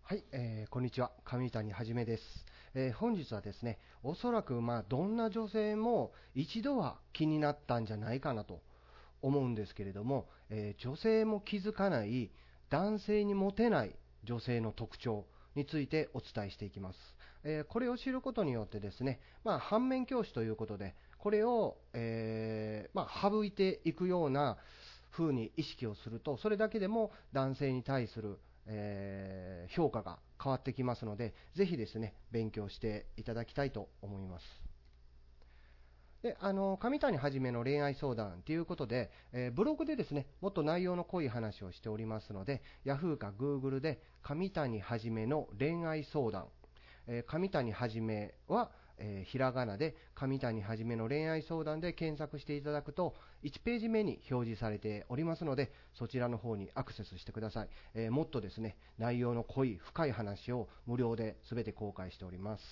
はい、こんにちは。上谷はじめです。本日はですね、おそらくどんな女性も一度は気になったんじゃないかなと思うんですけれども、女性も気づかない男性にモテない女性の特徴についてお伝えしていきます。これを知ることによってですね、反面教師ということで、これを、省いていくような風に意識をすると、それだけでも男性に対する評価が変わってきますので、ぜひですね、勉強していただきたいと思います。で、上谷はじめの恋愛相談ということで、ブログでですね、もっと内容の濃い話をしておりますので、Yahoo か Google で上谷はじめの恋愛相談、上谷はじめは、ひらがなで上谷はじめの恋愛相談で検索していただくと1ページ目に表示されておりますので、そちらの方にアクセスしてください。もっとですね、内容の濃い深い話を無料で全て公開しております。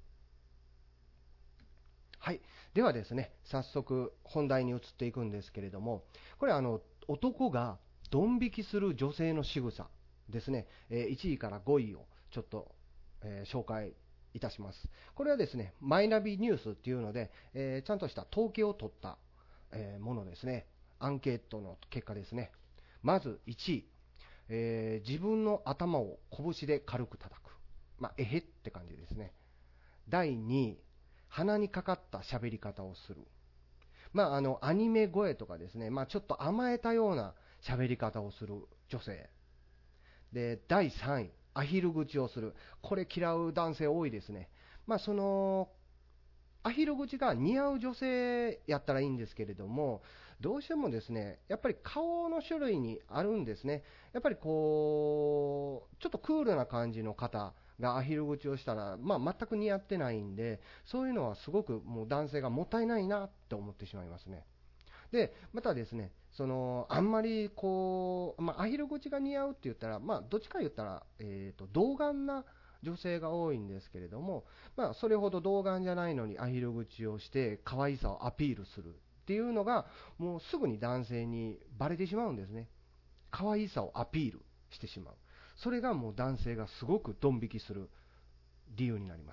はい、ではですね、早速本題に移っていくんですけれども、これ男がドン引きする女性の仕草ですね、1位から5位をちょっと、紹介いたします。これはですね、マイナビニュースっていうので、ちゃんとした統計を取った、ものですね。アンケートの結果ですね。まず1位、自分の頭を拳で軽く叩く。えへって感じですね。第2位、鼻にかかった喋り方をする。アニメ声とかですね、ちょっと甘えたような喋り方をする女性。で、第3位、アヒル口をする。これ嫌う男性多いですね。その、アヒル口が似合う女性やったらいいんですけれども、どうしてもですね、やっぱり顔の種類にあるんですね。やっぱりこう、ちょっとクールな感じの方がアヒル口をしたら、全く似合ってないんで、そういうのはすごくもう男性がもったいないなって思ってしまいますね。で、またですね、あんまりこう、アヒル口が似合うって言ったら、どっちか言ったら、童顔な女性が多いんですけれども、それほど童顔じゃないのにアヒル口をして可愛さをアピールするっていうのが、もうすぐに男性にバレてしまうんですね。可愛さをアピールしてしまう。それがもう男性がすごくドン引きする理由になります。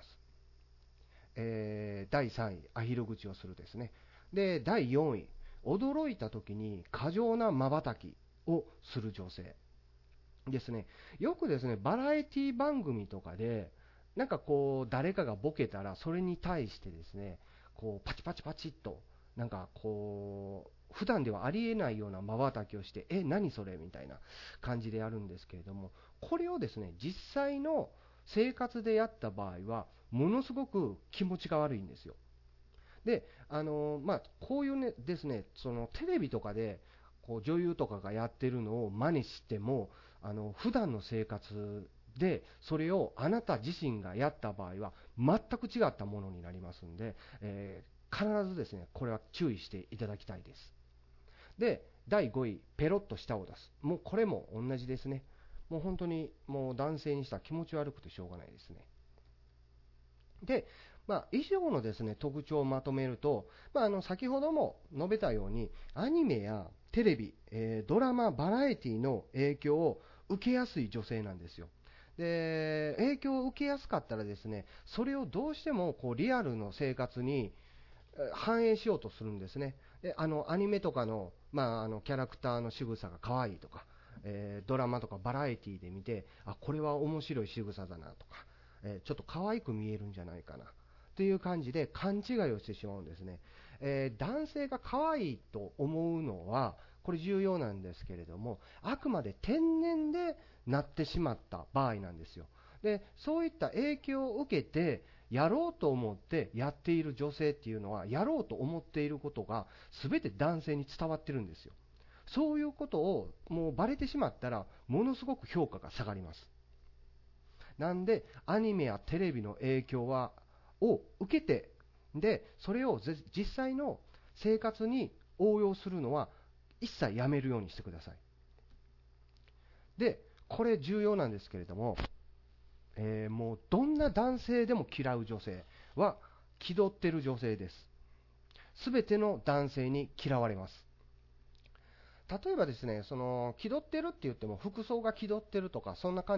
第3位、アヒル口をするですね。で、第4位、驚いた時に過剰な瞬きをする女性ですね。よくですね、バラエティ番組とかで、なんかこう、誰かがボケたら、それに対してですね、こう、パチパチパチっと、なんかこう、普段ではありえないような瞬きをして、何それみたいな感じでやるんですけれども、これをですね、実際の生活でやった場合は、ものすごく気持ちが悪いんですよ。で、こういうねですね、そのテレビとかでこう女優とかがやってるのを真似しても、普段の生活でそれをあなた自身がやった場合は全く違ったものになりますんで、必ずですね、これは注意していただきたいです。で、第5位、ペロッと舌を出す。もうこれも同じですね。もう本当にもう男性にしたら気持ち悪くてしょうがないですね。で、以上のですね、特徴をまとめると、先ほども述べたように、アニメやテレビ、ドラマ、バラエティの影響を受けやすい女性なんですよ。で、影響を受けやすかったらですね、それをどうしてもこうリアルの生活に反映しようとするんですね。で、アニメとかの、キャラクターの仕草が可愛いとか、ドラマとかバラエティで見て、これは面白い仕草だなとか、ちょっと可愛く見えるんじゃないかなという感じで勘違いをしてしまうんですね。男性が可愛いと思うのはこれ重要なんですけれども、あくまで天然でなってしまった場合なんですよ。で、そういった影響を受けてやろうと思ってやっている女性っていうのは、やろうと思っていることが全て男性に伝わってるんですよ。そういうことをもうバレてしまったら、ものすごく評価が下がります。なんでアニメやテレビの影響を受けて、でそれを実際の生活に応用するのは一切やめるようにしてください。でこれ重要なんですけれども、もうどんな男性でも嫌う女性は気取ってる女性です。すべての男性に嫌われます。例えばですね、その気取ってるって言っても服装が気取ってるとかそんな感じ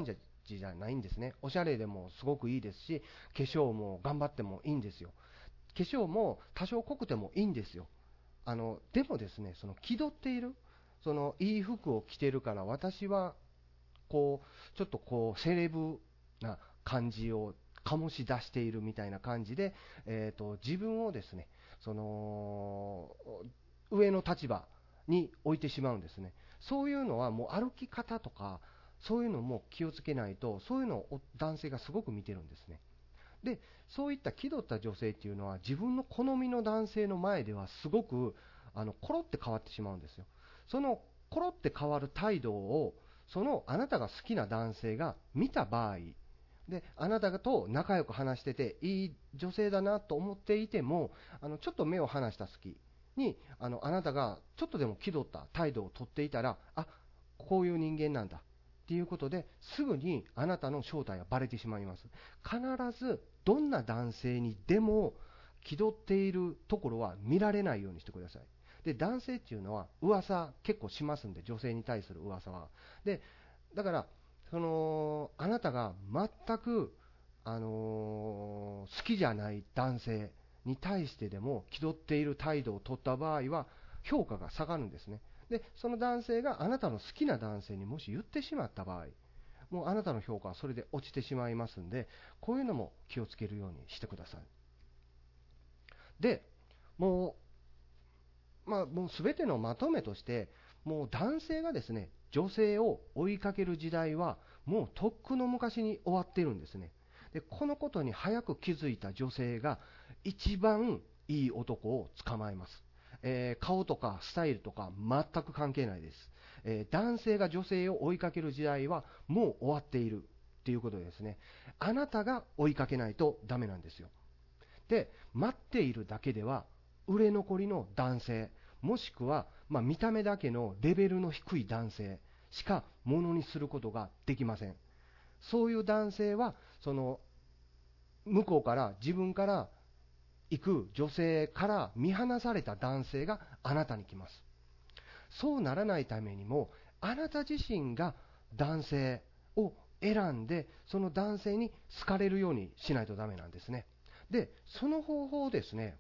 じゃないんですね。おしゃれでもすごくいいですし、化粧も頑張ってもいいんですよ。化粧も多少濃くてもいいんですよ。でもですね、その気取っている、そのいい服を着てるから私はちょっとセレブな感じを醸し出しているみたいな感じで、自分をですね、その上の立場に置いてしまうんですね。そういうのはもう歩き方とか、そういうのも気をつけないと、そういうのを男性がすごく見てるんですね。で、そういった気取った女性っていうのは、自分の好みの男性の前ではすごくコロって変わってしまうんですよ。そのコロって変わる態度を、そのあなたが好きな男性が見た場合で、あなたと仲良く話してていい女性だなと思っていても、ちょっと目を離した隙にあなたがちょっとでも気取った態度をとっていたら、あ、こういう人間なんだっていうことですぐにあなたの正体はバレてしまいます。必ずどんな男性にでも気取っているところは見られないようにしてください。で、男性っていうのは噂結構しますんで、女性に対する噂は。で、だからあなたが全く、好きじゃない男性に対してでも気取っている態度を取った場合は評価が下がるんですね。で、その男性があなたの好きな男性にもし言ってしまった場合、もうあなたの評価はそれで落ちてしまいますんで、こういうのも気をつけるようにしてください。で、ももう全てのまとめとして、もう男性がですね、女性を追いかける時代はもうとっくの昔に終わっているんですね。で、このことに早く気づいた女性が一番いい男を捕まえます。顔とかスタイルとか全く関係ないです。男性が女性を追いかける時代はもう終わっているっていうことですね。あなたが追いかけないとダメなんですよ。で、待っているだけでは売れ残りの男性、もしくは、見た目だけのレベルの低い男性しかものにすることができません。そういう男性は向こうから自分から行く女性から見放された男性があなたに来ます。そうならないためにも、あなた自身が男性を選んで、その男性に好かれるようにしないとダメなんですね。で、その方法をですね、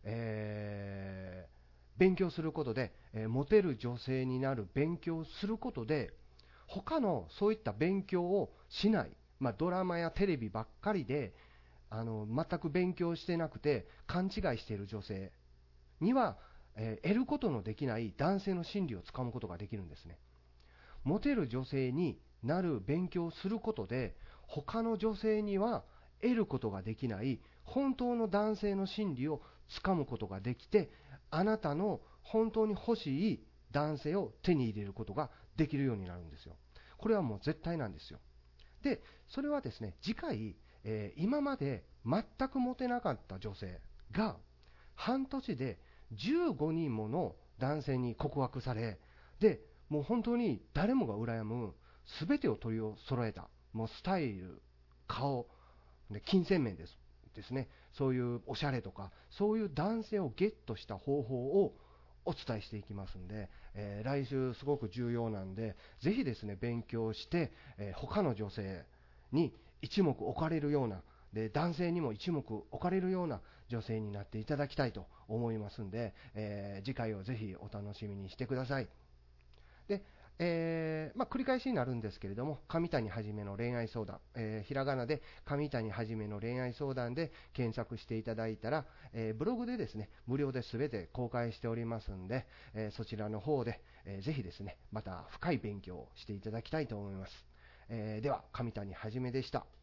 勉強することで、モテる女性になる勉強をすることで、他のそういった勉強をしない、ドラマやテレビばっかりで全く勉強してなくて勘違いしている女性には、得ることのできない男性の心理をつかむことができるんですね。モテる女性になる勉強をすることで、他の女性には得ることができない本当の男性の心理をつかむことができて、あなたの本当に欲しい男性を手に入れることができるようになるんですよ。これはもう絶対なんですよ。で、それはですね、次回、今まで全くモテなかった女性が半年で15人もの男性に告白され、で、もう本当に誰もが羨む全てを取り揃えた、もうスタイル、顔、で金銭面ですね、そういうおしゃれとか、そういう男性をゲットした方法をお伝えしていきますんで、来週すごく重要なんで、ぜひですね、勉強して、他の女性に一目置かれるような、で男性にも一目置かれるような女性になっていただきたいと思いますんで、次回をぜひお楽しみにしてください。で、繰り返しになるんですけれども、上谷はじめの恋愛相談、ひらがなで上谷はじめの恋愛相談で検索していただいたら、ブログでですね、無料で全て公開しておりますんで、そちらの方で、ぜひですね、また深い勉強をしていただきたいと思います。では、上谷はじめでした。